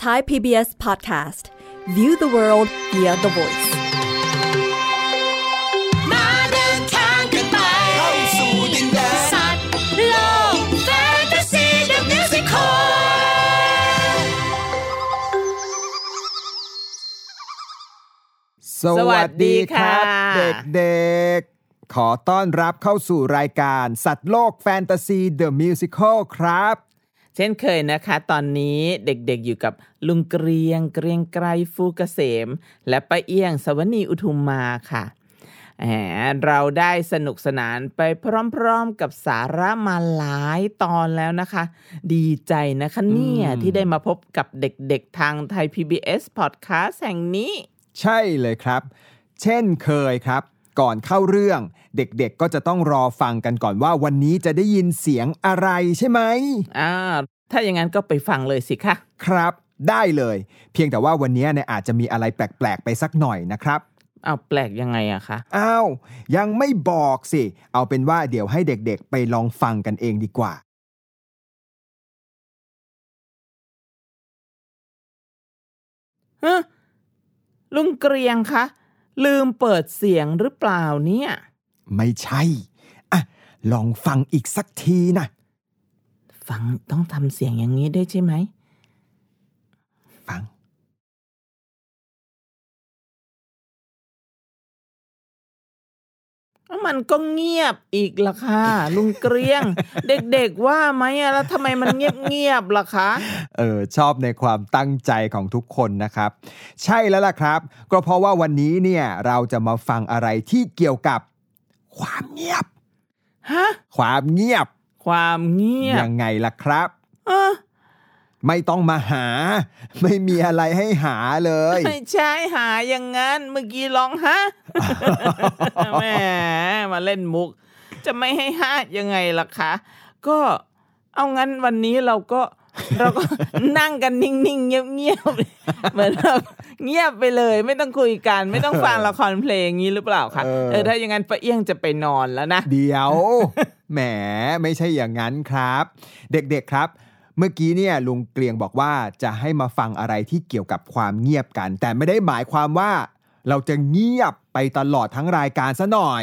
Thai PBS Podcast. View the world via the voice. มาเดินทางกันไปเข้าสู่ดินแดนสัตว์โลกแฟนตาซีเดอะมิวสิคอลสวัสดีครับเด็กๆขอต้อนรับเข้าสู่รายการสัตว์โลกแฟนตาซีเดอะมิวสิคอลครับเช่นเคยนะคะตอนนี้เด็กๆอยู่กับลุงเกรียงไกรฟูเกษมและป้าเอี้ยงสวนีอุทุมมาค่ะเราได้สนุกสนานไปพร้อมๆกับสาระมาหลายตอนแล้วนะคะดีใจนะคะเนี่ยที่ได้มาพบกับเด็กๆทางไทย PBS Podcast แห่งนี้ใช่เลยครับเช่นเคยครับก่อนเข้าเรื่องเด็กๆก็จะต้องรอฟังกันก่อนว่าวันนี้จะได้ยินเสียงอะไรใช่ไหมถ้าอย่างนั้นก็ไปฟังเลยสิคะครับได้เลยเพียงแต่ว่าวันนี้เนี่ยอาจจะมีอะไรแปลกๆไปสักหน่อยนะครับแปลกยังไงอะคะยังไม่บอกสิเอาเป็นว่าเดี๋ยวให้เด็กๆไปลองฟังกันเองดีกว่าลุงเกรียงคะลืมเปิดเสียงหรือเปล่าเนี่ยไม่ใช่ลองฟังอีกสักทีนะฟังต้องทำเสียงอย่างนี้ด้วยใช่ไหมฟังมันก็เงียบอีกล่ะค่ะลุงเกรียง เด็กๆว่าไหมแล้วทำไมมันเงียบล่ะคะชอบในความตั้งใจของทุกคนนะครับใช่แล้วล่ะครับก็เพราะว่าวันนี้เนี่ยเราจะมาฟังอะไรที่เกี่ยวกับความเงียบความเงียบยังไงล่ะครับไม่ต้องมาหาไม่มีอะไรให้หาเลยไม่ใช่หาอย่างงั้นเมื่อกี้ร้องฮะ แหมมาเล่นมุกจะไม่ให้หายังไงล่ะคะก็เอางั้นวันนี้เราก็นั่งกันนิ่งๆเงียบๆเหมือนแบบเงียบไปเลยไม่ต้องคุยกันไม่ต้องฟังละครเพลงงี้หรือเปล่าคะถ้าอย่างนั้นป้าเอี้ยงจะไปนอนแล้วนะเดี๋ยวแหมไม่ใช่อย่างนั้นครับเด็กๆครับเมื่อกี้เนี่ยลุงเกรียงบอกว่าจะให้มาฟังอะไรที่เกี่ยวกับความเงียบกันแต่ไม่ได้หมายความว่าเราจะเงียบไปตลอดทั้งรายการซะหน่อย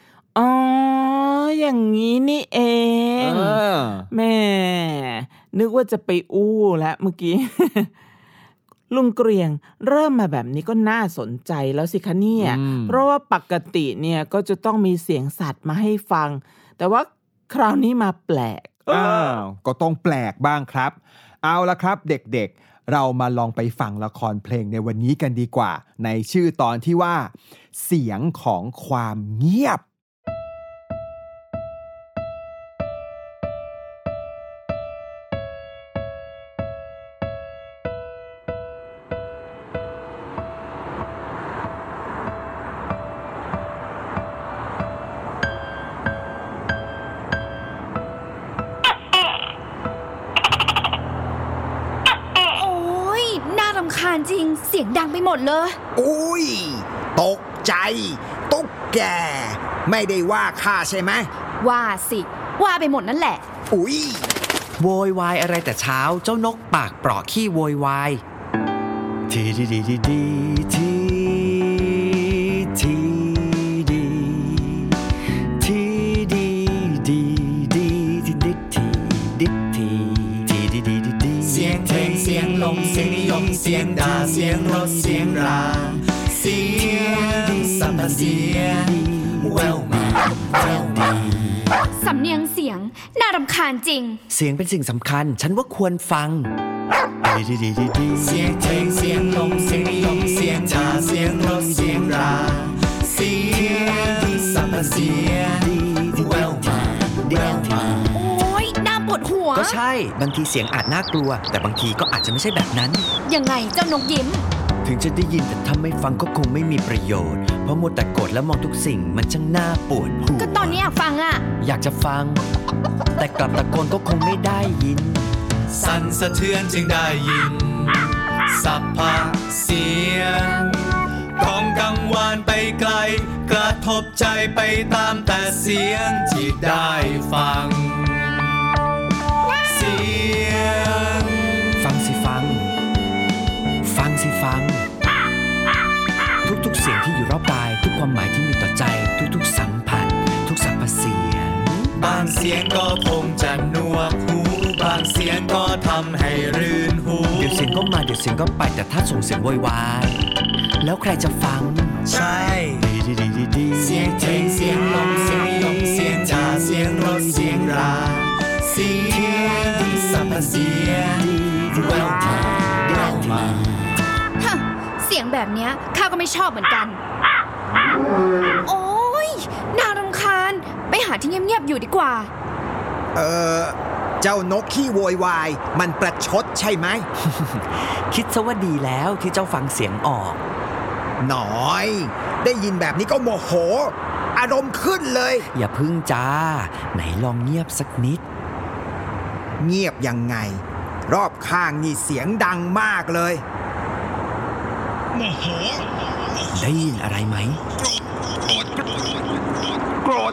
อย่างนี้นี่เองแม่นึกว่าจะไปอู้แล้วเมื่อกี้ ลุงเกรียงเริ่มมาแบบนี้ก็น่าสนใจแล้วสิคะเนี่ยเพราะว่าปกติเนี่ยก็จะต้องมีเสียงสัตว์มาให้ฟังแต่ว่าคราวนี้มาแปลกก็ต้องแปลกบ้างครับเอาละครับเด็กๆเรามาลองไปฟังละครเพลงในวันนี้กันดีกว่าในชื่อตอนที่ว่าเสียงของความเงียบจริงเสียงดังไปหมดเลยอุ้ยตกใจตุ๊กแกไม่ได้ว่าข้าใช่ไหมว่าสิว่าไปหมดนั่นแหละอุ้ยโวยวายอะไรแต่เช้าเจ้านกปากเปราะขี้โวยวายทีดีดีดีดีทีทีดีทีดีดีดีทีดิทีดิทีทีดีดีดีเสียงเพลงเสียงลมเสียงนิยมเสียงด่าเสียงรถเสียงราเสียงสัมภเสียงแววมาสำเนียงเสียงน่ารำคาญจริงเสียงเป็นสิ่งสำคัญฉันว่าควรฟังดีดีดีดีเสียงเพลงเสียงลมเสียงนิยมเสียงด่าเสียงรถเสียงราเสียงสัมภเสียงแววมาโอ๊ยน่าปวดหัวก็ใช่บางทีเสียงอาจน่ากลัวแต่บางทีก็อาจจะไม่ใช่แบบนั้นยังไงเจ้านกยิ้มถึงจะได้ยินแต่ถ้าไม่ฟังก็คงไม่มีประโยชน์เพราะมัวแต่กดแล้วมองทุกสิ่งมันช่างน่าปวดหัวก็ตอนนี้อยากฟังอยากจะฟังแต่กลับตะโกนก็คงไม่ได้ยินสั่นสะเทือนจึงได้ยินสัพพะเสียงของกังวานไปไกลกระทบใจไปตามแต่เสียงที่ได้ฟังเสียงฟังสิฟังฟังสิฟังทุกๆเสียงที่อยู่รอบกายทุกความหมายที่มีต่อใจทุกๆสัมผัสทุกสรรพเสียงบางเสียงก็คงจะหนวกหูบางเสียงก็ทำให้รื่นหูเดี๋ยวเสียงก็มาเดี๋ยวเสียงก็ไปแต่ถ้าส่งเสียงโวยวายแล้วใครจะฟังใช่เสียงเพลงเสียงลมเสียงลมเสียงจ่าเสียงรถเสียงราเสียงสรรพเสียงแววมาเสียงแบบเนี้ยข้าก็ไม่ชอบเหมือนกันโอ๊ยน่ารำคาญไปหาที่เงียบๆอยู่ดีกว่าเจ้านกขี้โวยวายมันประชดใช่ไหมคิดซะว่าดีแล้วที่เจ้าฟังเสียงออกหน่อยได้ยินแบบนี้ก็โมโหอารมณ์ขึ้นเลยอย่าพึ่งจ้าไหนลองเงียบสักนิดเงียบยังไงรอบข้างนี่เสียงดังมากเลยโมโหได้ยินอะไรไหมโกรธ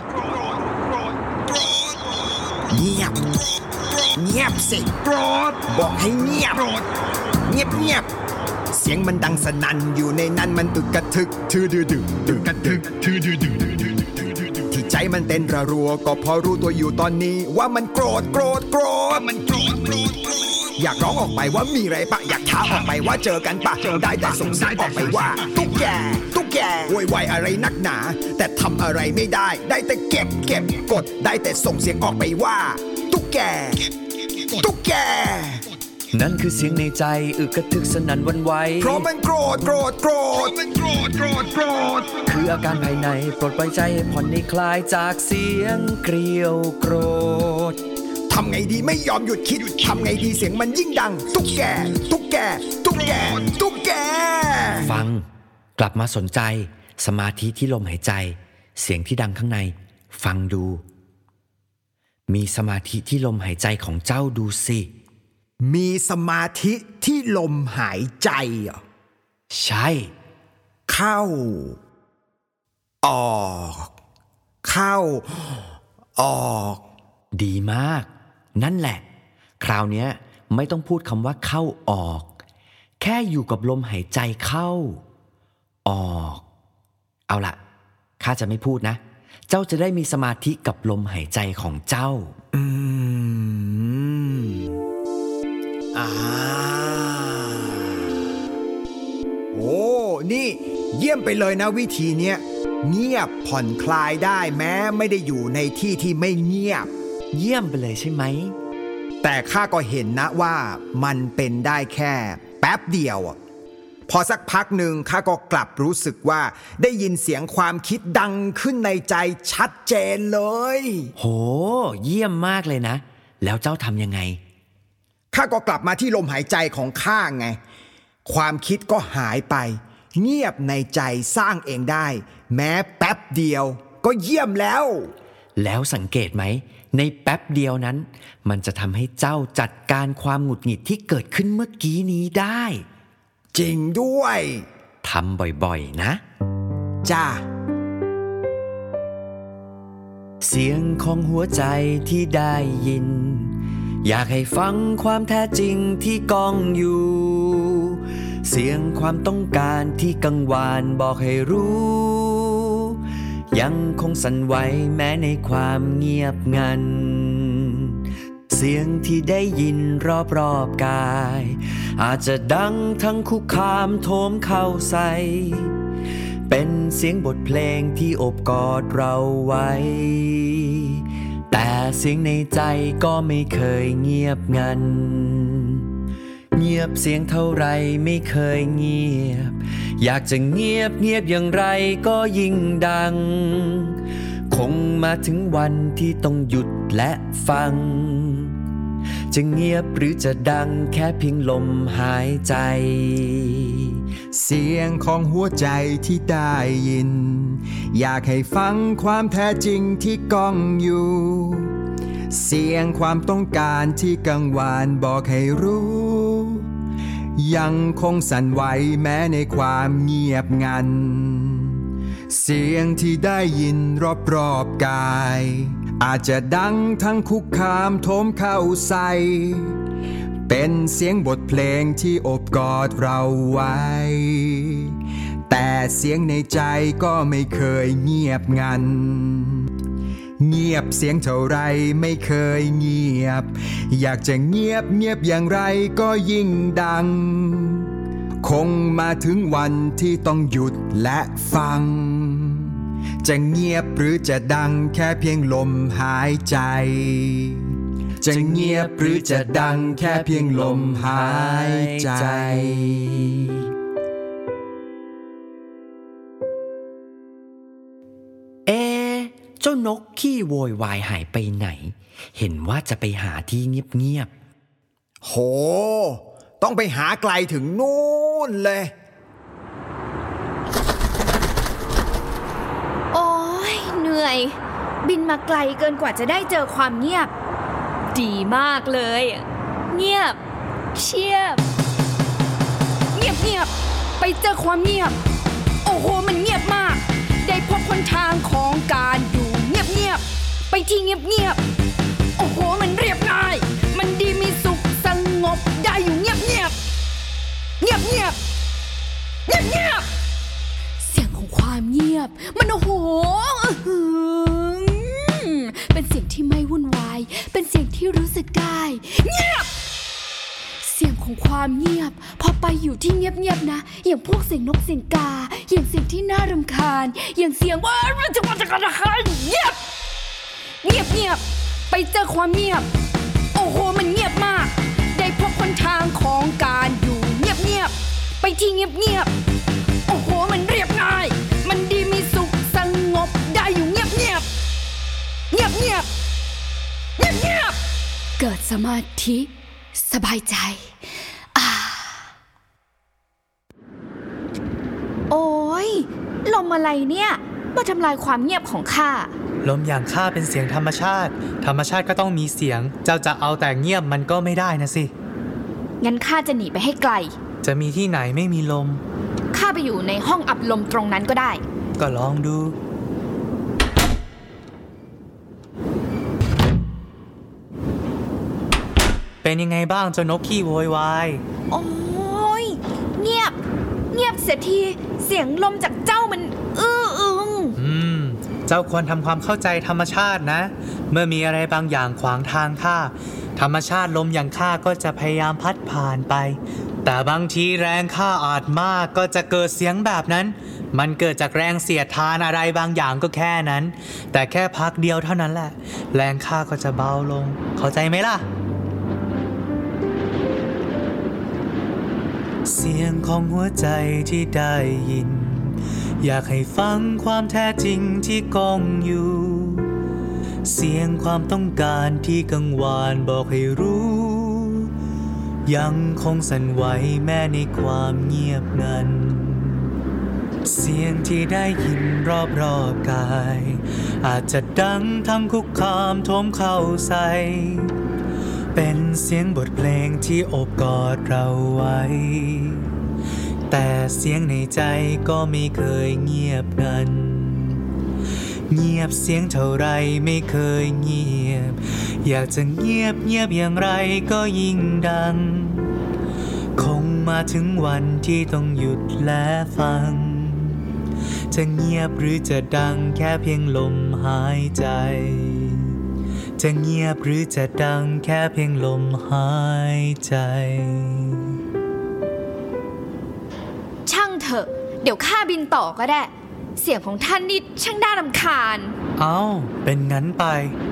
เงียบสิโกรธบอกให้เงียบเงียบเสียงมันดังสนั่นอยู่ในนั้นมันตึกกระทึกทื่อดื้อตึกกระทึกทื่อดื้อที่ใจมันเต้นระรัวก็พอรู้ตัวอยู่ตอนนี้ว่ามันโกรธมันโกรธอยากร้องออกไปว่ามีอะไรปะอยากท้าออกไปว่าเจอกันปะได้แต่ส่งเสียงออกไปว่าตุ๊กแกโวยวายอะไรนักหนาแต่ทำอะไรไม่ได้แต่เก็บกดได้แต่ส่งเสียงออกไปว่าตุ๊กแกนั่นคือเสียงในใจอึกกระทึกสนั่นวันไหวเพราะมันโกรธคืออาการภายในปลดปล่อยใจให้ผ่อนให้คลายจากเสียงเกลียวโกรธทำไงดีไม่ยอมหยุดคิดทำไงดีเสียงมันยิ่งดังตุ๊กแกฟังกลับมาสนใจสมาธิที่ลมหายใจเสียงที่ดังข้างในฟังดูมีสมาธิที่ลมหายใจของเจ้าดูสิมีสมาธิที่ลมหายใจเหรอใช่เข้าออกดีมากนั่นแหละคราวนี้ไม่ต้องพูดคำว่าเข้าออกแค่อยู่กับลมหายใจเข้าออกเอาล่ะข้าจะไม่พูดนะเจ้าจะได้มีสมาธิกับลมหายใจของเจ้าโอ้นี่เยี่ยมไปเลยนะวิธีเนี้ยเงียบผ่อนคลายได้แม้ไม่ได้อยู่ในที่ที่ไม่เงียบเยี่ยมไปเลยใช่ไหมแต่ข้าก็เห็นนะว่ามันเป็นได้แค่แป๊บเดียวพอสักพักหนึ่งข้าก็กลับรู้สึกว่าได้ยินเสียงความคิดดังขึ้นในใจชัดเจนเลยโหเยี่ยมมากเลยนะแล้วเจ้าทำยังไงข้าก็กลับมาที่ลมหายใจของข้าไงความคิดก็หายไปเงียบในใจสร้างเองได้แม้แป๊บเดียวก็เยี่ยมแล้วสังเกตไหมในแป๊บเดียวนั้นมันจะทำให้เจ้าจัดการความหงุดหงิดที่เกิดขึ้นเมื่อกี้นี้ได้จริงด้วยทำบ่อยๆนะจ้าเสียงของหัวใจที่ได้ยินอยากให้ฟังความแท้จริงที่ก้องอยู่เสียงความต้องการที่กังวานบอกให้รู้ยังคงสั่นไหวแม้ในความเงียบงันเสียงที่ได้ยินรอบๆกายอาจจะดังทั้งคุกคามโถมเข้าใส่เป็นเสียงบทเพลงที่โอบกอดเราไว้แต่เสียงในใจก็ไม่เคยเงียบงันเงียบเสียงเท่าไรไม่เคยเงียบอยากจะเงียบอย่างไรก็ยิ่งดังคงมาถึงวันที่ต้องหยุดและฟังจะเงียบหรือจะดังแค่เพียงลมหายใจเสียงของหัวใจที่ได้ยินอยากให้ฟังความแท้จริงที่ก้องอยู่เสียงความต้องการที่กังวานบอกให้รู้ยังคงสั่นไหวแม้ในความเงียบงันเสียงที่ได้ยินรอบๆกายอาจจะดังทั้งคุกคามโถมเข้าใส่เเป็นเสียงบทเพลงที่โอบกอดเราไว้แต่เสียงในใจก็ไม่เคยเงียบงันเงียบเสียงเท่าไรไม่เคยเงียบอยากจะเงียบอย่างไรก็ยิ่งดังคงมาถึงวันที่ต้องหยุดและฟังจะเงียบหรือจะดังแค่เพียงลมหายใจจะเงียบหรือจะดังแค่เพียงลมหายใจเจ้านกขี้โวยวายหายไปไหนเห็นว่าจะไปหาที่เงียบๆโหต้องไปหาไกลถึงนู่นเลยโอ้ยเหนื่อยบินมาไกลเกินกว่าจะได้เจอความเงียบดีมากเลยเงียบเชียบเงียบไปเจอความเงียบโอ้โหมันเงียบมากได้พบหนทางของการอยู่เงียบไปที่เงียบโอ้โหมันเรียบง่ายมันดีมีสุขสงบได้อยู่เงียบเสียงของความเงียบมันโอ้โหเป็นเสียงที่ไม่วุ่นวายเป็นเสียงที่รู้สึกได้เงียบเสียงของความเงียบพอไปอยู่ที่เงียบนะอย่างพวกเสียงนกเสียงกาอย่างเสียงที่น่ารำคาญอย่างเสียงว่าจะเงียบไปเจอความเงียบโอ้โหมันเงียบมากได้พบหนทางของการอยู่เงียบไปที่เงียบโอ้โหมันเรียบง่ายมันดีมีสุขสงบได้อยู่เงียบเกิดสมาธิสบายใจโอ้ยลมอะไรเนี่ยมาทำลายความเงียบของข้าลมอย่างข้าเป็นเสียงธรรมชาติก็ต้องมีเสียงเจ้าจะเอาแต่เงียบมันก็ไม่ได้นะสิงั้นข้าจะหนีไปให้ไกลจะมีที่ไหนไม่มีลมข้าไปอยู่ในห้องอับลมตรงนั้นก็ได้ก็ลองดูเป็นยังไงบ้างเจ้านกขี้โวยวายโอ้ยเงียบเสียทีเสียงลมจากเจ้ามันเจ้าควรทำความเข้าใจธรรมชาตินะเมื่อมีอะไรบางอย่างขวางทางข้าธรรมชาติลมอย่างข้าก็จะพยายามพัดผ่านไปแต่บางทีแรงข้าอาจมากก็จะเกิดเสียงแบบนั้นมันเกิดจากแรงเสียดทานอะไรบางอย่างก็แค่นั้นแต่แค่พักเดียวเท่านั้นแหละแรงข้าก็จะเบาลงเข้าใจไหมล่ะเสียงของหัวใจที่ได้ยินอยากให้ฟังความแท้จริงที่ก้องอยู่เสียงความต้องการที่กังวานบอกให้รู้ยังคงสั่นไหวแม้ในความเงียบงันเสียงที่ได้ยินรอบๆกายอาจจะดังทั้งคุกคามโถมเข้าใส่เป็นเสียงบทเพลงที่โอบกอดเราไว้แต่เสียงในใจก็ไม่เคยเงียบงันเงียบเสียงเท่าไรไม่เคยเงียบอยากจะเงียบอย่างไรก็ยิ่งดังคงมาถึงวันที่ต้องหยุดและฟังจะเงียบหรือจะดังแค่เพียงลมหายใจจะเงียบหรือจะดังแค่เพียงลมหายใจช่างเถอะเดี๋ยวข้าบินต่อก็ได้เสียงของท่านนี่ช่างน่ารำคาญเป็นงั้นไป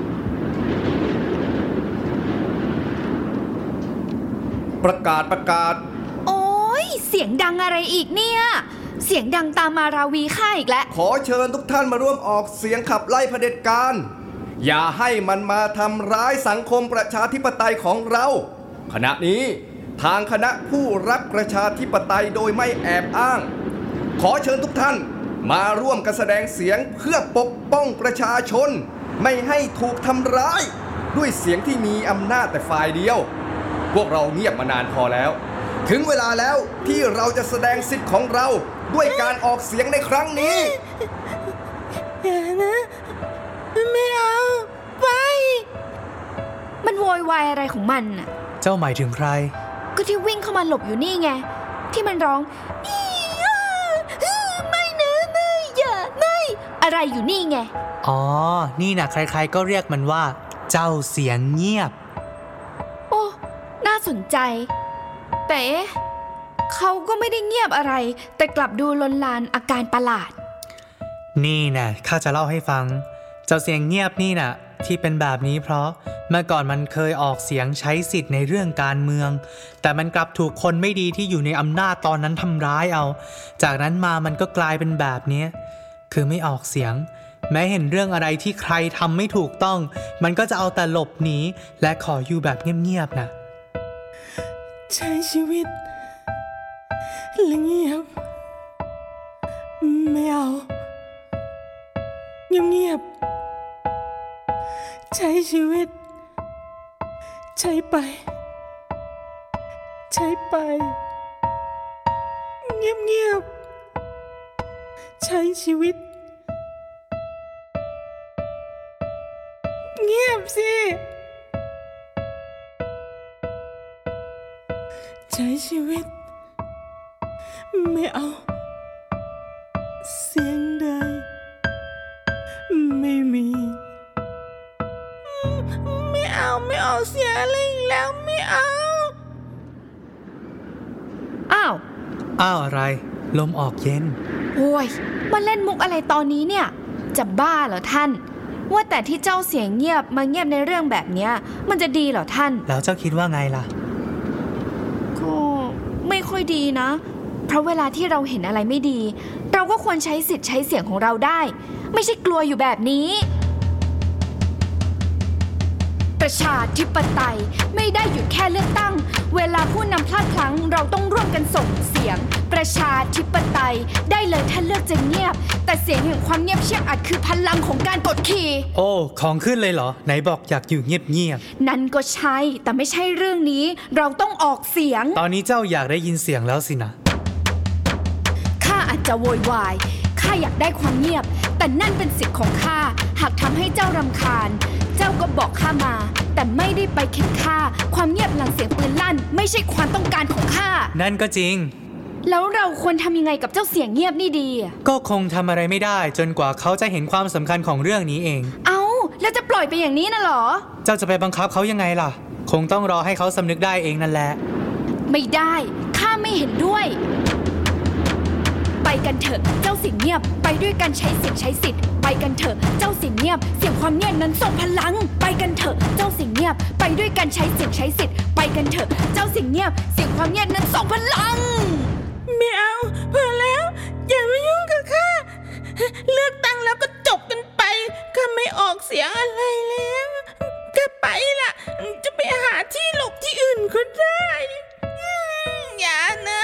ประกาศโอ้ยเสียงดังอะไรอีกเนี่ยเสียงดังตามมาราวีข้าอีกแล้วขอเชิญทุกท่านมาร่วมออกเสียงขับไล่เผด็จการอย่าให้มันมาทำร้ายสังคมประชาธิปไตยของเราขณะนี้ทางคณะผู้รักประชาธิปไตยโดยไม่แอบอ้างขอเชิญทุกท่านมาร่วมกันแสดงเสียงเพื่อปกป้องประชาชนไม่ให้ถูกทำร้ายด้วยเสียงที่มีอำนาจแต่ฝ่ายเดียวพวกเราเงียบมานานพอแล้วถึงเวลาแล้วที่เราจะแสดงสิทธิ์ของเราด้วยการออกเสียงในครั้งนี้อย่านะไม่เอาไปมันโวยวายอะไรของมันน่ะเจ้าหมายถึงใครก็ที่วิ่งเข้ามาหลบอยู่นี่ไงที่มันร้องไม่นะไม่อย่าไม่อะไรอยู่นี่ไงอ๋อนี่นะใครๆก็เรียกมันว่าเจ้าเสียงเงียบโอ้น่าสนใจแต่เขาก็ไม่ได้เงียบอะไรแต่กลับดูลนลานอาการประหลาดนี่นะข้าจะเล่าให้ฟังเจ้าเสียงเงียบนี่นะที่เป็นแบบนี้เพราะเมื่อก่อนมันเคยออกเสียงใช้สิทธิ์ในเรื่องการเมืองแต่มันกลับถูกคนไม่ดีที่อยู่ในอำนาจตอนนั้นทำร้ายเอาจากนั้นมามันก็กลายเป็นแบบนี้คือไม่ออกเสียงแม้เห็นเรื่องอะไรที่ใครทำไม่ถูกต้องมันก็จะเอาแต่หลบหนีและขออยู่แบบเงียบๆนะใช้ชีวิตเงียบไม่เอาเงียบใช้ชีวิตใช้ไปเงียบใช้ชีวิตเงียบสิใช้ชีวิตไม่เอาเสียงใดไม่มีไม่เอาเสียงอะไรอีกแล้วไม่เอาอ้าวอะไรลมออกเย็นโอ้ยมาเล่นมุกอะไรตอนนี้เนี่ยจะบ้าเหรอท่านว่าแต่ที่เจ้าเสียงเงียบมาเงียบในเรื่องแบบเนี้ยมันจะดีเหรอท่านแล้วเจ้าคิดว่าไงล่ะก็ไม่ค่อยดีนะเพราะเวลาที่เราเห็นอะไรไม่ดีเราก็ควรใช้สิทธิ์ใช้เสียงของเราได้ไม่ใช่กลัวอยู่แบบนี้ประชาธิปไตยไม่ได้หยุดแค่เลือกตั้งเวลาผู้นำพลาดพลั้งเราต้องร่วมกันส่งเสียงประชาธิปไตยได้เลยถ้าเลือกจะเงียบแต่เสียงแห่งความเงียบเชียบอาจคือพลังของการกดขี่โอ้ของขึ้นเลยเหรอไหนบอกอยากอยู่เงียบนั่นก็ใช่แต่ไม่ใช่เรื่องนี้เราต้องออกเสียงตอนนี้เจ้าอยากได้ยินเสียงแล้วสินะข้าอาจจะโวยวายข้าอยากได้ความเงียบแต่นั่นเป็นสิทธิ์ของข้าหากทำให้เจ้ารำคาญเจ้าก็บอกข้ามาแต่ไม่ได้ไปเข็นข้าความเงียบหลังเสียงปืนลั่นไม่ใช่ความต้องการของข้านั่นก็จริงแล้วเราควรทำยังไงกับเจ้าเสียงเงียบนี่ดีก็คงทำอะไรไม่ได้จนกว่าเขาจะเห็นความสำคัญของเรื่องนี้เองเอ้าแล้วจะปล่อยไปอย่างนี้น่ะหรอเจ้าจะไปบังคับเขายังไงล่ะคงต้องรอให้เขาสำนึกได้เองนั่นแหละไม่ได้ข้าไม่เห็นด้วยไปกันเถอะเจ้าเสียงเงียบไปด้วยกันใช้เสียงใช้สิทธิ์ไปกันเถอะเจ้าเสียงเงียบเสียงความเงียบนั้นทรงพลังไปกันเถอะเจ้าเสียงเงียบไปด้วยกันใช้เสียงใช้สิทธิ์ไปกันเถอะเจ้าเสียงเงียบเสียงความเงียบนั้นทรงพลังไม่เอาพอแล้วอย่ามายุ่งกับข้าเลือกตั้งแล้วก็จบกันไปข้าไม่ออกเสียงอะไรแล้วข้าไปล่ะจะไปหาที่หลบที่อื่นก็ได้อย่านะ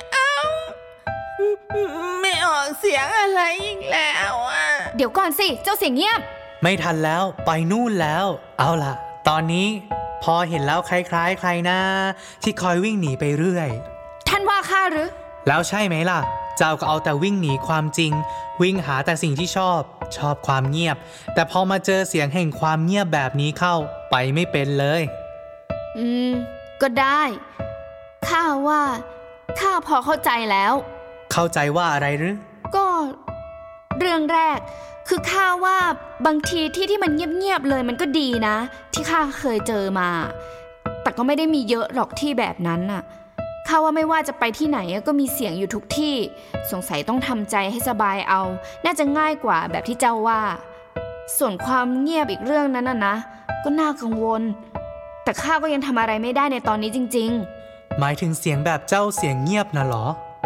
ไม่ออกเสียงอะไรอีกแล้วอ่ะเดี๋ยวก่อนสิเจ้าเสียงเงียบไม่ทันแล้วไปนู่นแล้วเอาล่ะตอนนี้พอเห็นแล้วคล้ายๆใครนะที่คอยวิ่งหนีไปเรื่อยท่านว่าข้าหรือแล้วใช่ไหมล่ะเจ้าก็เอาแต่วิ่งหนีความจริงวิ่งหาแต่สิ่งที่ชอบความเงียบแต่พอมาเจอเสียงแห่งความเงียบแบบนี้เข้าไปไม่เป็นเลยก็ได้ข้าว่าข้าพอเข้าใจแล้วเข้าใจว่าอะไรหรือก็เรื่องแรกคือข้าว่าบางทีที่มันเงียบๆเลยมันก็ดีนะที่ข้าเคยเจอมาแต่ก็ไม่ได้มีเยอะหรอกที่แบบนั้นน่ะข้าว่าไม่ว่าจะไปที่ไหนก็มีเสียงอยู่ทุกที่สงสัยต้องทำใจให้สบายเอาน่าจะง่ายกว่าแบบที่เจ้าว่าส่วนความเงียบอีกเรื่องนั้นนะก็น่ากังวลแต่ข้าก็ยังทำอะไรไม่ได้ในตอนนี้จริงๆหมายถึงเสียงแบบเจ้าเสียงเงียบนะหรอ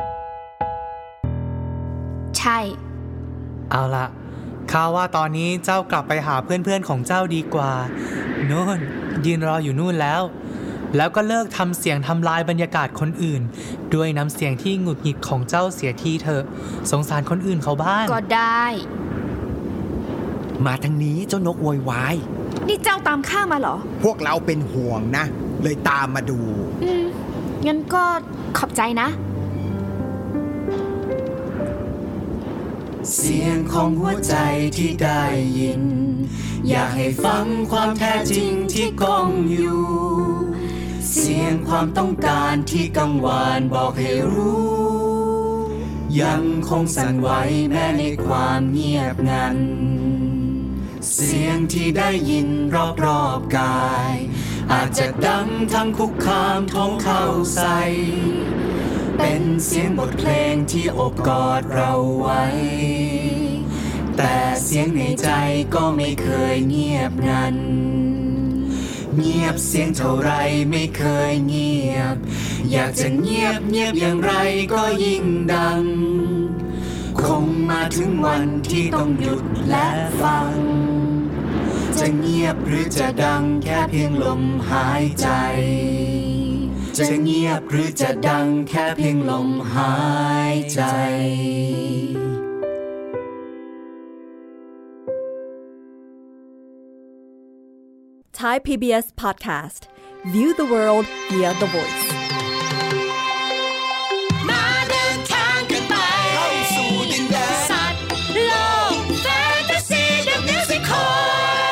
ใช่เอาล่ะข้าว่าตอนนี้เจ้ากลับไปหาเพื่อนๆของเจ้าดีกว่านู่นยืนรออยู่นู่นแล้วก็เลิกทำเสียงทำลายบรรยากาศคนอื่นด้วยน้ำเสียงที่หงุดหงิดของเจ้าเสียทีเถอะสงสารคนอื่นเขาบ้างก็ได้มาทางนี้เจ้านกโวยวายนี่เจ้าตามข้ามาเหรอพวกเราเป็นห่วงนะเลยตามมาดูงั้นก็ขอบใจนะเสียงของหัวใจที่ได้ยินอยากให้ฟังความแท้จริงที่ก้องอยู่เสียงความต้องการที่กังวานบอกให้รู้ยังคงสั่นไหวแม้ในความเงียบงันเสียงที่ได้ยินรอบๆกายอาจจะดังทั้งคุกคามท้องเข้าใส่เป็นเสียงบทเพลงที่โอบกอดเราไว้แต่เสียงในใจก็ไม่เคยเงียบงันเงียบเสียงเท่าไรไม่เคยเงียบอยากจะเงียบอย่างไรก็ยิ่งดังคงมาถึงวันที่ต้องหยุดและฟังจะเงียบหรือจะดังแค่เพียงลมหายใจจะเงียบหรือจะดังแค่เพียงลมหายใจ Thai PBS Podcast. View the world via the voice. มาเดินทางกันไปเข้าสู่ดินแดนสัตว์โลกแฟนตาซีเดอะมิวสิคอล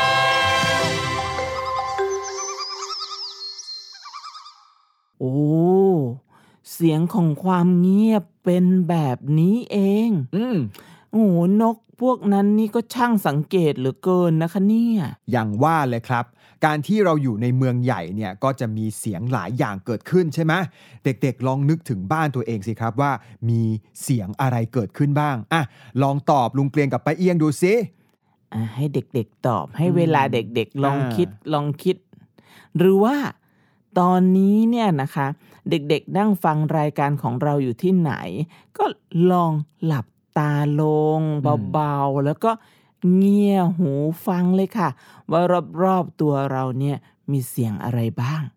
โอ้เสียงของความเงียบเป็นแบบนี้เองโอ้นกพวกนั้นนี่ก็ช่างสังเกตเหลือเกินนะคะเนี่ยอย่างว่าเลยครับการที่เราอยู่ในเมืองใหญ่เนี่ยก็จะมีเสียงหลายอย่างเกิดขึ้นใช่ไหมเด็กๆลองนึกถึงบ้านตัวเองสิครับว่ามีเสียงอะไรเกิดขึ้นบ้างลองตอบลุงเกรียงกับป้าเอี้ยงดูสิให้เด็กๆตอบให้เวลาเด็กๆลองคิดหรือว่าตอนนี้เนี่ยนะคะเด็กๆนั่งฟังรายการของเราอยู่ที่ไหนก็ลองหลับตาลงเบาๆแล้วก็เงี่ยหูฟังเลยค่ะว่ารอบๆตัวเราเนี่ยมีเสียงอะไรบ้าง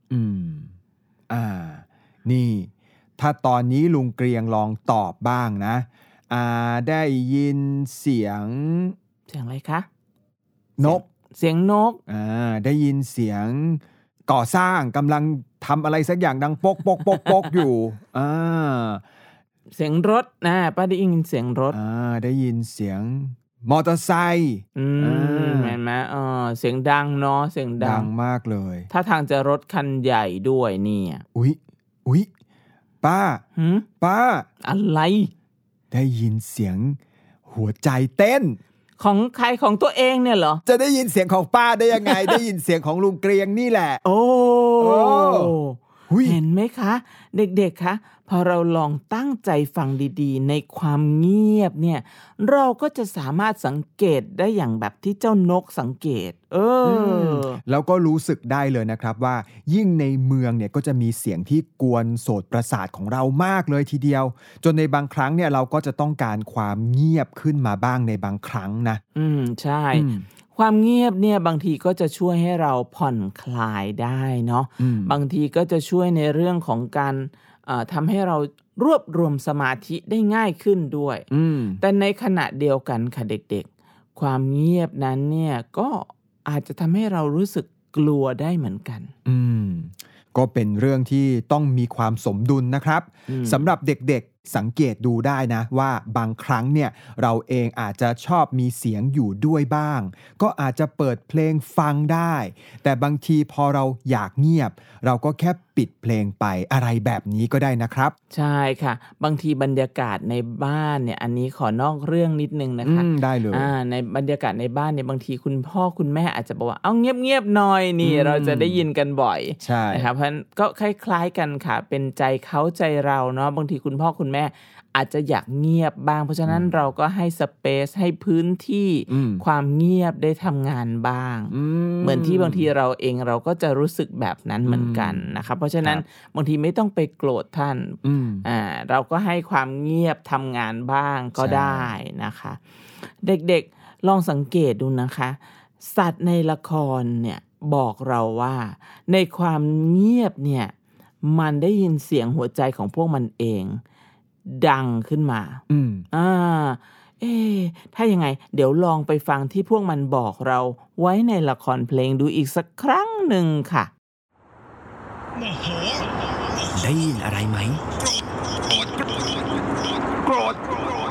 นี่ถ้าตอนนี้ลุงเกรียงลองตอบบ้างนะได้ยินเสียงอะไรคะนกเสียงนกได้ยินเสียงก่อสร้างกำลังทำอะไรสักอย่างดังปกปกปกปกอยู่เสียงรถป้าได้ยินเสียงรถได้ยินเสียงมอเตอร์ไซค์เห็นไหมเสียงดังเนาะเสียงดังมากเลยถ้าทางจะรถคันใหญ่ด้วยเนี่ยอุ๊ยป้าอะไรได้ยินเสียงหัวใจเต้นของใครของตัวเองเนี่ยเหรอจะได้ยินเสียงของป้าได้ยังไง ได้ยินเสียงของลุงเกรียงนี่แหละโอ้เห็นไหมคะเด็กๆคะพอเราลองตั้งใจฟังดีๆในความเงียบเนี่ยเราก็จะสามารถสังเกตได้อย่างแบบที่เจ้านกสังเกตแล้วก็รู้สึกได้เลยนะครับว่ายิ่งในเมืองเนี่ยก็จะมีเสียงที่กวนโสตประสาทของเรามากเลยทีเดียวจนในบางครั้งเนี่ยเราก็จะต้องการความเงียบขึ้นมาบ้างในบางครั้งนะใช่ความเงียบเนี่ยบางทีก็จะช่วยให้เราผ่อนคลายได้เนาะบางทีก็จะช่วยในเรื่องของการทำให้เรารวบรวมสมาธิได้ง่ายขึ้นด้วยแต่ในขณะเดียวกันค่ะเด็กๆความเงียบนั้นเนี่ยก็อาจจะทำให้เรารู้สึกกลัวได้เหมือนกันก็เป็นเรื่องที่ต้องมีความสมดุลนะครับสำหรับเด็กๆสังเกตดูได้นะว่าบางครั้งเนี่ยเราเองอาจจะชอบมีเสียงอยู่ด้วยบ้างก็อาจจะเปิดเพลงฟังได้แต่บางทีพอเราอยากเงียบเราก็แค่ปิดเพลงไปอะไรแบบนี้ก็ได้นะครับใช่ค่ะบางทีบรรยากาศในบ้านเนี่ยอันนี้ขอนอกเรื่องนิดนึงนะคะได้เลยในบรรยากาศในบ้านเนี่ยบางทีคุณพ่อคุณแม่อาจจะบอกว่าเอาเงียบๆหน่อยนี่เราจะได้ยินกันบ่อยใช่นะครับเพราะก็คล้ายๆกันค่ะเป็นใจเขาใจเราเนาะบางทีคุณพ่อคุณแม่อาจจะอยากเงียบบ้างเพราะฉะนั้นเราก็ให้สเปซให้พื้นที่ความเงียบได้ทำงานบ้างเหมือนที่บางทีเราเองเราก็จะรู้สึกแบบนั้นเหมือนกันนะครับเพราะฉะนั้นบางทีไม่ต้องไปโกรธท่านเราก็ให้ความเงียบทำงานบ้างก็ได้นะคะเด็กๆลองสังเกตดูนะคะสัตว์ในละครเนี่ยบอกเราว่าในความเงียบเนี่ยมันได้ยินเสียงหัวใจของพวกมันเองดังขึ้นมาถ้ายังไงเดี๋ยวลองไปฟังที่พวกมันบอกเราไว้ในละครเพลงดูอีกสักครั้งหนึ่งค่ะได้ยินอะไรไหมโกรธ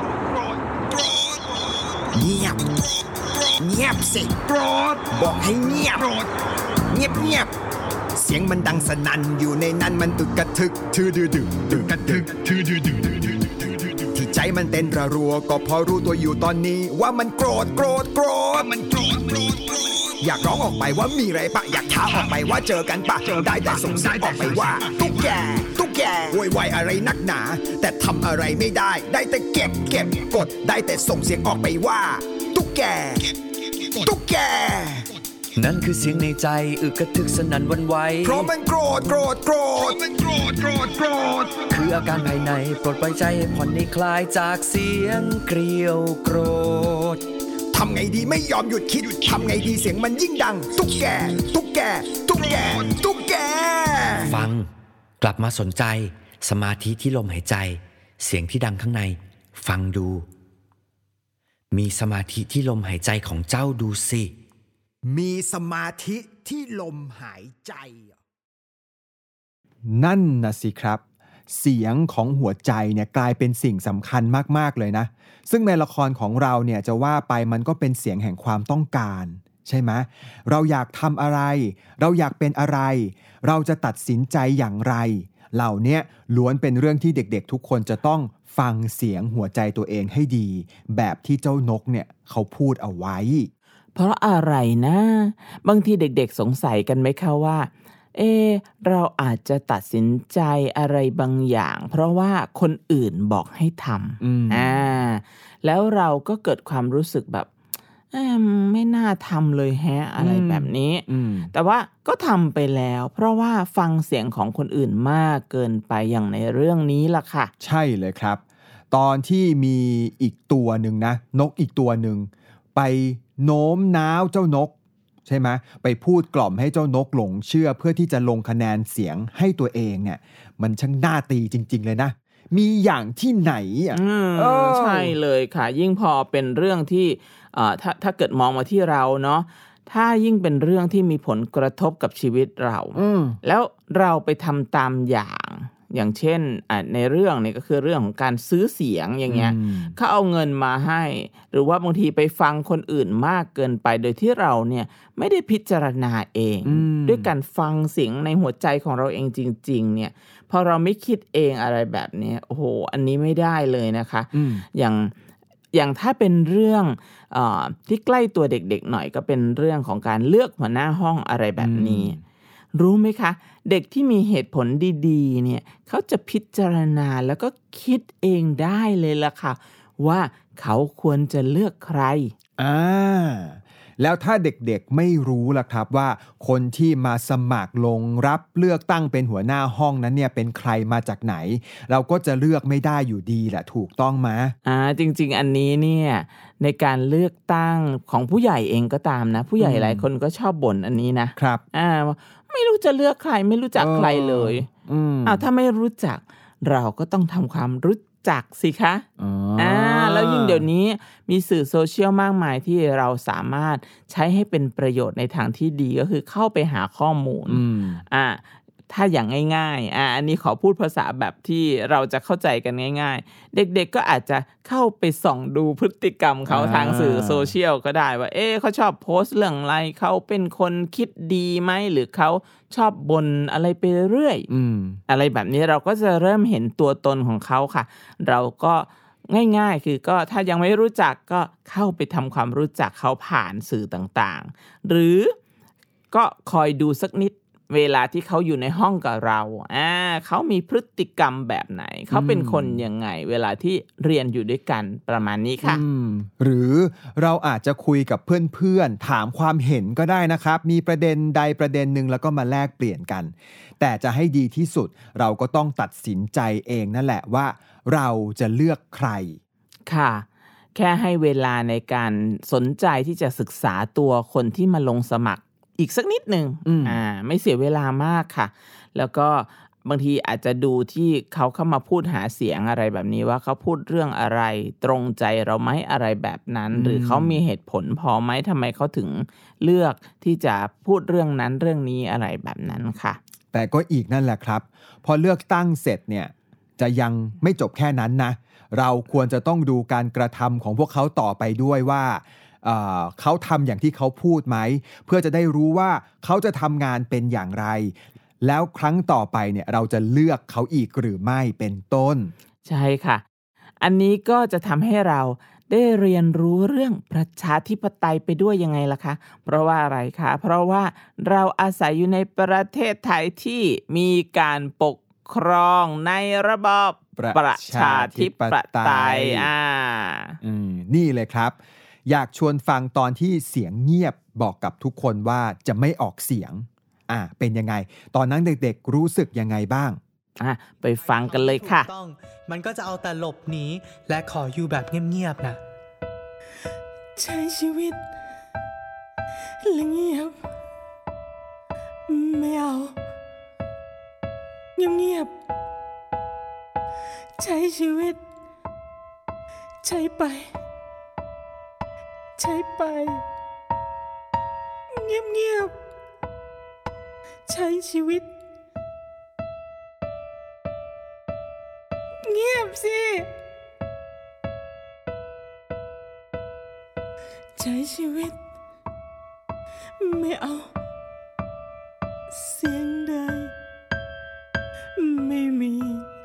เงียบสิโกรธบอกให้เงียบเงียบเสีสียงมันดังสนั่นอยู่ในนั้นมันตึกกระทึกทื่อดื้อดึกตึกกระทึกทื่อดื้อดึกที่ใจมันเต้นระรัวก็พอรู้ตัวอยู่ตอนนี้ว่ามันโกรธอยากร้องออกไปว่ามีไรปะอยากท้าออกไปว่าเจอกันปะได้แต่ส่งเสียงออกไปว่าตุ๊กแกโวยวายอะไรนักหนาแต่ทำอะไรไม่ได้แต่เก็บกดได้แต่ส่งเสียงออกไปว่าตุ๊กแกนั่นคือเสียงในใจอึกกระทึกสนั่นหวั่นไหวเพราะมันโกรธคืออาการภายในปลดปล่อยใจให้ผ่อนให้คลายจากเสียงเกลียวโกรธทำไงดีไม่ยอมหยุดคิดทำไงดีเสียงมันยิ่งดังตุ๊กแกฟังกลับมาสนใจสมาธิที่ลมหายใจเสียงที่ดังข้างในฟังดูมีสมาธิที่ลมหายใจของเจ้าดูสิมีสมาธิที่ลมหายใจนั่นนะสิครับเสียงของหัวใจเนี่ยกลายเป็นสิ่งสำคัญมากๆเลยนะซึ่งในละครของเราเนี่ยจะว่าไปมันก็เป็นเสียงแห่งความต้องการใช่ไหมเราอยากทำอะไรเราอยากเป็นอะไรเราจะตัดสินใจอย่างไรเหล่านี้ล้วนเป็นเรื่องที่เด็กๆทุกคนจะต้องฟังเสียงหัวใจตัวเองให้ดีแบบที่เจ้านกเนี่ยเขาพูดเอาไว้เพราะอะไรนะบางทีเด็กๆสงสัยกันไหมคะว่าเราอาจจะตัดสินใจอะไรบางอย่างเพราะว่าคนอื่นบอกให้ทำแล้วเราก็เกิดความรู้สึกแบบไม่น่าทำเลยแฮะอะไรแบบนี้แต่ว่าก็ทำไปแล้วเพราะว่าฟังเสียงของคนอื่นมากเกินไปอย่างในเรื่องนี้ล่ะค่ะใช่เลยครับตอนที่มีอีกตัวหนึ่งนะนกอีกตัวหนึ่งไปโน้มน้าวเจ้านกใช่ไหมไปพูดกล่อมให้เจ้านกหลงเชื่อเพื่อที่จะลงคะแนนเสียงให้ตัวเองเนี่ยมันช่างน่าตีจริงๆเลยนะมีอย่างที่ไหนใช่เลยค่ะยิ่งพอเป็นเรื่องที่ถ้าเกิดมองมาที่เราเนาะถ้ายิ่งเป็นเรื่องที่มีผลกระทบกับชีวิตเราแล้วเราไปทำตามอย่างเช่นในเรื่องนี้ก็คือเรื่องของการซื้อเสียงอย่างเงี้ยเขาเอาเงินมาให้หรือว่าบางทีไปฟังคนอื่นมากเกินไปโดยที่เราเนี่ยไม่ได้พิจารณาเองด้วยการฟังเสียงในหัวใจของเราเองจริงๆเนี่ยพอเราไม่คิดเองอะไรแบบนี้โอ้โหอันนี้ไม่ได้เลยนะคะอย่างถ้าเป็นเรื่องที่ใกล้ตัวเด็กๆหน่อยก็เป็นเรื่องของการเลือกหัวหน้าห้องอะไรแบบนี้รู้ไหมคะเด็กที่มีเหตุผลดีๆเนี่ยเขาจะพิจารณาแล้วก็คิดเองได้เลยล่ะค่ะว่าเขาควรจะเลือกใครแล้วถ้าเด็กๆไม่รู้ล่ะครับว่าคนที่มาสมัครลงรับเลือกตั้งเป็นหัวหน้าห้องนั้นเนี่ยเป็นใครมาจากไหนเราก็จะเลือกไม่ได้อยู่ดีแหละถูกต้องไหมจริงๆอันนี้เนี่ยในการเลือกตั้งของผู้ใหญ่เองก็ตามนะผู้ใหญ่หลายคนก็ชอบบ่นอันนี้นะครับไม่รู้จะเลือกใครไม่รู้จักใครเลยถ้าไม่รู้จักเราก็ต้องทำความรู้จักสิคะแล้วยิ่งเดี๋ยวนี้มีสื่อโซเชียลมากมายที่เราสามารถใช้ให้เป็นประโยชน์ในทางที่ดีก็คือเข้าไปหาข้อมูลถ้าอย่างง่ายๆอันนี้ขอพูดภาษาแบบที่เราจะเข้าใจกันง่ายๆเด็กๆก็อาจจะเข้าไปส่องดูพฤติกรรมเขาทางสื่อโซเชียลก็ได้ว่าเขาชอบโพสต์เรื่องอะไรเขาเป็นคนคิดดีไหมหรือเขาชอบบ่นอะไรไปเรื่อยอะไรแบบนี้เราก็จะเริ่มเห็นตัวตนของเขาค่ะเราก็ง่ายๆคือก็ถ้ายังไม่รู้จักก็เข้าไปทำความรู้จักเขาผ่านสื่อต่างๆหรือก็คอยดูสักนิดเวลาที่เขาอยู่ในห้องกับเราเขามีพฤติกรรมแบบไหนเขาเป็นคนยังไงเวลาที่เรียนอยู่ด้วยกันประมาณนี้ค่ะหรือเราอาจจะคุยกับเพื่อนๆถามความเห็นก็ได้นะครับมีประเด็นใดประเด็นหนึ่งแล้วก็มาแลกเปลี่ยนกันแต่จะให้ดีที่สุดเราก็ต้องตัดสินใจเองนั่นแหละว่าเราจะเลือกใครค่ะแค่ให้เวลาในการสนใจที่จะศึกษาตัวคนที่มาลงสมัครอีกสักนิดนึงไม่เสียเวลามากค่ะแล้วก็บางทีอาจจะดูที่เขาเข้ามาพูดหาเสียงอะไรแบบนี้ว่าเขาพูดเรื่องอะไรตรงใจเราไหมอะไรแบบนั้นหรือเขามีเหตุผลพอไหมทำไมเขาถึงเลือกที่จะพูดเรื่องนั้นเรื่องนี้อะไรแบบนั้นค่ะแต่ก็อีกนั่นแหละครับพอเลือกตั้งเสร็จเนี่ยจะยังไม่จบแค่นั้นนะเราควรจะต้องดูการกระทำของพวกเขาต่อไปด้วยว่าเขาทำอย่างที่เขาพูดไหมเพื่อจะได้รู้ว่าเขาจะทำงานเป็นอย่างไรแล้วครั้งต่อไปเนี่ยเราจะเลือกเขาอีกหรือไม่เป็นต้นใช่ค่ะอันนี้ก็จะทำให้เราได้เรียนรู้เรื่องประชาธิปไตยไปด้วยยังไงล่ะคะเพราะว่าอะไรคะเพราะว่าเราอาศัยอยู่ในประเทศไทยที่มีการปกครองในระบอบประชาธิปไตยนี่เลยครับอยากชวนฟังตอนที่เสียงเงียบบอกกับทุกคนว่าจะไม่ออกเสียงเป็นยังไงตอนนั้นเด็กๆรู้สึกยังไงบ้างไปฟังกันเลยค่ะมันก็จะเอาแต่หลบหนีและขออยู่แบบเงียบๆนะใช้ชีวิตเงียบไม่เอาเงียบใช้ชีวิตใช้ไปเงียบใช้ชีวิตเงียบสิใช้ชีวิตไม่เอาเสียงใดไม่มี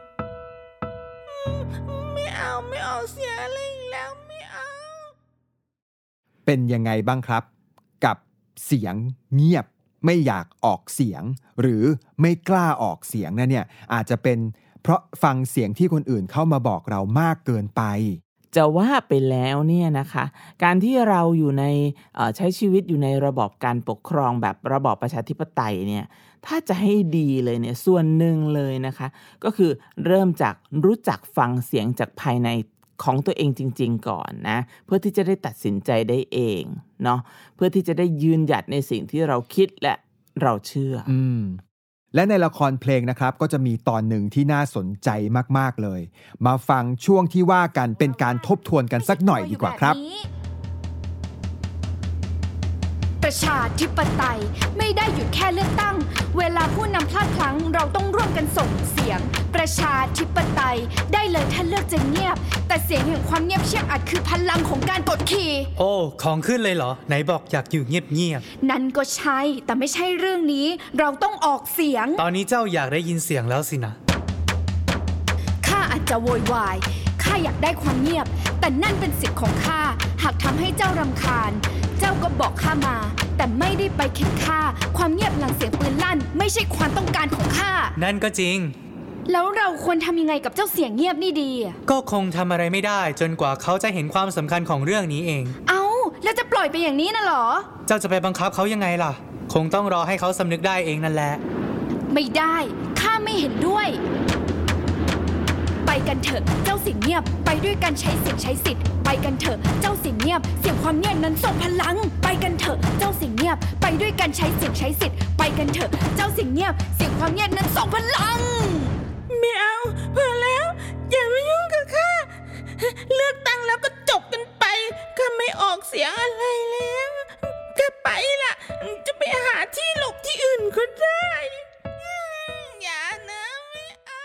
ไม่เอาเสียอะไรอีกแล้วไม่เอาเป็นยังไงบ้างครับกับเสียงเงียบไม่อยากออกเสียงหรือไม่กล้าออกเสียงนะเนี่ยอาจจะเป็นเพราะฟังเสียงที่คนอื่นเข้ามาบอกเรามากเกินไปจะว่าไปแล้วเนี่ยนะคะการที่เราอยู่ในใช้ชีวิตอยู่ในระบอบการปกครองแบบระบอบประชาธิปไตยเนี่ยถ้าจะให้ดีเลยเนี่ยส่วนหนึ่งเลยนะคะก็คือเริ่มจากรู้จักฟังเสียงจากภายในของตัวเองจริงๆก่อนนะเพื่อที่จะได้ตัดสินใจได้เองเนาะเพื่อที่จะได้ยืนหยัดในสิ่งที่เราคิดและเราเชื่อและในละครเพลงนะครับก็จะมีตอนหนึ่งที่น่าสนใจมากๆเลยมาฟังช่วงที่ว่ากันเป็นการทบทวนกันสักหน่อยดีกว่าครับประชาธิปไตยไม่ได้หยุดแค่เลือกตั้งเวลาผู้นำพลาดพลั้งเราต้องร่วมกันส่งเสียงประชาธิปไตยได้เลยถ้าเลือกจะเงียบแต่เสียงแห่งความเงียบเชียบอาจคือพลังของการกดขี่โอ้ของขึ้นเลยเหรอไหนบอกอยากอยู่เงียบๆนั่นก็ใช่แต่ไม่ใช่เรื่องนี้เราต้องออกเสียงตอนนี้เจ้าอยากได้ยินเสียงแล้วสินะข้าอาจจะโวยวายข้าอยากได้ความเงียบแต่นั่นเป็นสิทธิ์ของข้าหากทำให้เจ้ารำคาญเจ้าก็บอกข้ามาแต่ไม่ได้ไปเข็นข้าความเงียบหลังเสียงปืนลั่นไม่ใช่ความต้องการของข้านั่นก็จริงแล้วเราควรทำยังไงกับเจ้าเสียงเงียบนี่ดีก็คงทำอะไรไม่ได้จนกว่าเขาจะเห็นความสำคัญของเรื่องนี้เองแล้วจะปล่อยไปอย่างนี้น่ะหรอเจ้าจะไปบังคับเขายังไงล่ะคงต้องรอให้เขาสำนึกได้เองนั่นแหละไม่ได้ข้าไม่เห็นด้วยไปกันเถอะเจ้าเสียงเงียบไปด้วยกันใช้เสียงใช้สิทธิ์ไปกันเถอะเจ้าเสียงเงียบเสียงความเงียบนั้นส่งพลังไปกันเถอะเจ้าเสียงเงียบไปด้วยกันใช้เสียงใช้สิทธิ์ไปกันเถอะเจ้าเสียงเงียบเสียงความเงียบนั้นส่งพลังไม่เอาพอแล้วอย่ามายุ่งกับข้าเลือกตั้งแล้วก็จบกันไปข้าไม่ออกเสียงอะไรแล้วข้าไปล่ะจะไปหาที่หลบที่อื่นก็ได้อย่านะไม่เอา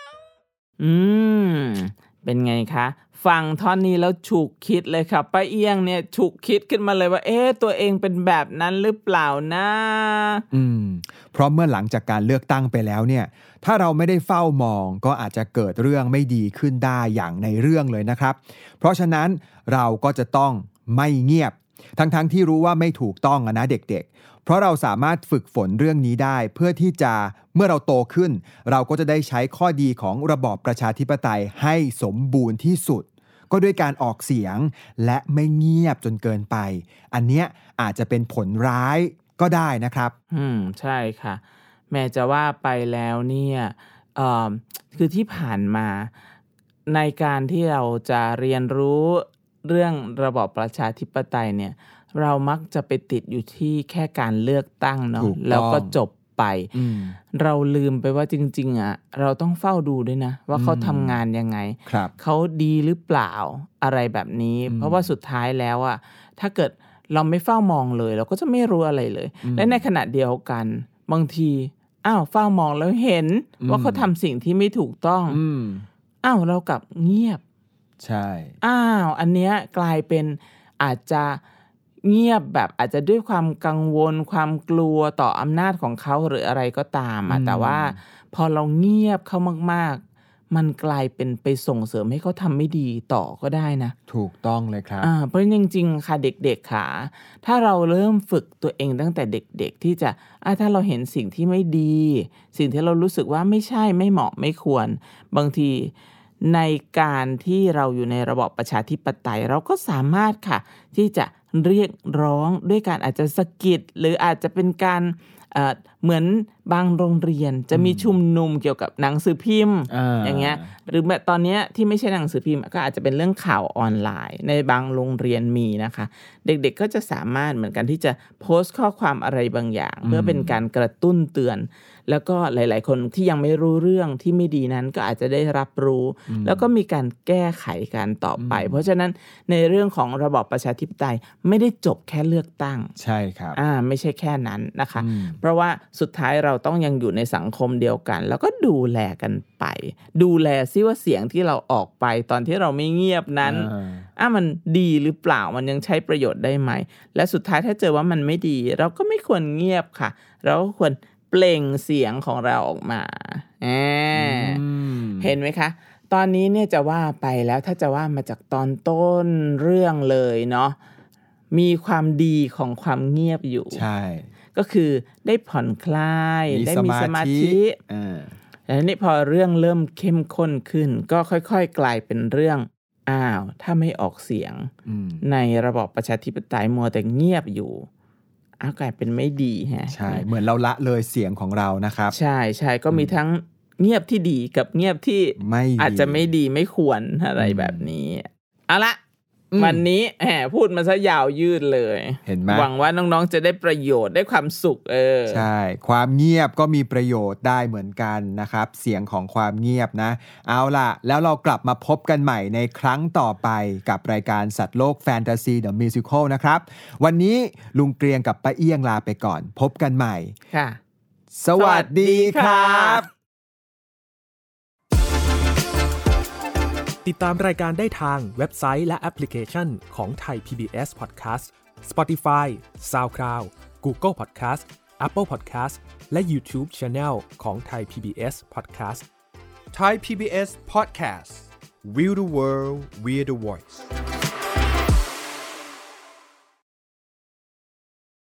เป็นไงคะฟังท่อนนี้แล้วฉุกคิดเลยค่ะป้าเอี้ยงเนี่ยฉุกคิดขึ้นมาเลยว่าตัวเองเป็นแบบนั้นหรือเปล่านะเพราะเมื่อหลังจากการเลือกตั้งไปแล้วเนี่ยถ้าเราไม่ได้เฝ้ามองก็อาจจะเกิดเรื่องไม่ดีขึ้นได้อย่างในเรื่องเลยนะครับเพราะฉะนั้นเราก็จะต้องไม่เงียบทั้งที่รู้ว่าไม่ถูกต้องนะเด็กๆเพราะเราสามารถฝึกฝนเรื่องนี้ได้เพื่อที่จะเมื่อเราโตขึ้นเราก็จะได้ใช้ข้อดีของระบอบประชาธิปไตยให้สมบูรณ์ที่สุดก็ด้วยการออกเสียงและไม่เงียบจนเกินไปอันเนี้ยอาจจะเป็นผลร้ายก็ได้นะครับใช่ค่ะแม่จะว่าไปแล้วเนี่ยคือที่ผ่านมาในการที่เราจะเรียนรู้เรื่องระบอบประชาธิปไตยเนี่ยเรามักจะไปติดอยู่ที่แค่การเลือกตั้งเนาะแล้วก็จบไปเราลืมไปว่าจริงๆเราต้องเฝ้าดูด้วยนะว่าเขาทำงานยังไงเขาดีหรือเปล่าอะไรแบบนี้เพราะว่าสุดท้ายแล้วถ้าเกิดเราไม่เฝ้ามองเลยเราก็จะไม่รู้อะไรเลยและในขณะเดียวกันบางทีเฝ้ามองแล้วเห็นว่าเขาทำสิ่งที่ไม่ถูกต้องเรากลับเงียบใช่อันเนี้ยกลายเป็นอาจจะเงียบแบบอาจจะด้วยความกังวลความกลัวต่ออำนาจของเขาหรืออะไรก็ตามแต่ว่าพอเราเงียบเขามากๆมันกลายเป็นไปส่งเสริมให้เขาทำไม่ดีต่อก็ได้นะถูกต้องเลยครับเพราะจริงๆค่ะเด็กๆค่ะถ้าเราเริ่มฝึกตัวเองตั้งแต่เด็กๆที่จะถ้าเราเห็นสิ่งที่ไม่ดีสิ่งที่เรารู้สึกว่าไม่ใช่ไม่เหมาะไม่ควรบางทีในการที่เราอยู่ในระบอบประชาธิปไตยเราก็สามารถค่ะที่จะเรียกร้องด้วยการอาจจะสะกิดหรืออาจจะเป็นการเหมือนบางโรงเรียนจะมีชุมนุมเกี่ยวกับหนังสือพิมพ์อย่างเงี้ยหรือแบบตอนนี้ที่ไม่ใช่หนังสือพิมพ์ก็อาจจะเป็นเรื่องข่าวออนไลน์ในบางโรงเรียนมีนะคะเด็กๆก็จะสามารถเหมือนกันที่จะโพสต์ข้อความอะไรบางอย่างเพื่อเป็นการกระตุ้นเตือนแล้วก็หลายๆคนที่ยังไม่รู้เรื่องที่ไม่ดีนั้นก็อาจจะได้รับรู้แล้วก็มีการแก้ไขกันต่อไปเพราะฉะนั้นในเรื่องของระบอบประชาธิปไตยไม่ได้จบแค่เลือกตั้งใช่ครับไม่ใช่แค่นั้นนะคะเพราะว่าสุดท้ายเราต้องยังอยู่ในสังคมเดียวกันแล้วก็ดูแลกันไปดูแลซิว่าเสียงที่เราออกไปตอนที่เราไม่เงียบนั้นมันดีหรือเปล่ามันยังใช้ประโยชน์ได้ไหมและสุดท้ายถ้าเจอว่ามันไม่ดีเราก็ไม่ควรเงียบค่ะเราก็ควรเปล่งเสียงของเราออกมาเห็นไหมคะตอนนี้เนี่ยจะว่าไปแล้วถ้าจะว่ามาจากตอนต้นเรื่องเลยเนาะมีความดีของความเงียบอยู่ใช่ก็คือได้ผ่อนคลายได้มีสมาธิแล้วนี่พอเรื่องเริ่มเข้มข้นขึ้นก็ค่อยๆกลายเป็นเรื่องถ้าไม่ออกเสียงในระบอบประชาธิปไตยมัวแต่เงียบอยู่กลายเป็นไม่ดีฮะใช่เหมือนเราละเลยเสียงของเรานะครับใช่ใช่ก็มีทั้งเงียบที่ดีกับเงียบที่อาจจะไม่ดีไม่ควรอะไรแบบนี้เอาละวันนี้พูดมาซะยาวยืดเลยเห็นไหมหวังว่าน้องๆจะได้ประโยชน์ได้ความสุขใช่ความเงียบก็มีประโยชน์ได้เหมือนกันนะครับเสียงของความเงียบนะเอาล่ะแล้วเรากลับมาพบกันใหม่ในครั้งต่อไปกับรายการสัตว์โลกแฟนตาซีเดอะมิวสิคัลนะครับวันนี้ลุงเกรียงกับป้าเอี้ยงลาไปก่อนพบกันใหม่ค่ะสวัสดีครับติดตามรายการได้ทางเว็บไซต์และแอปพลิเคชันของ Thai PBS Podcast Spotify SoundCloud Google Podcast Apple Podcast และ YouTube Channel ของ Thai PBS Podcast Thai PBS Podcast We the World We the Voice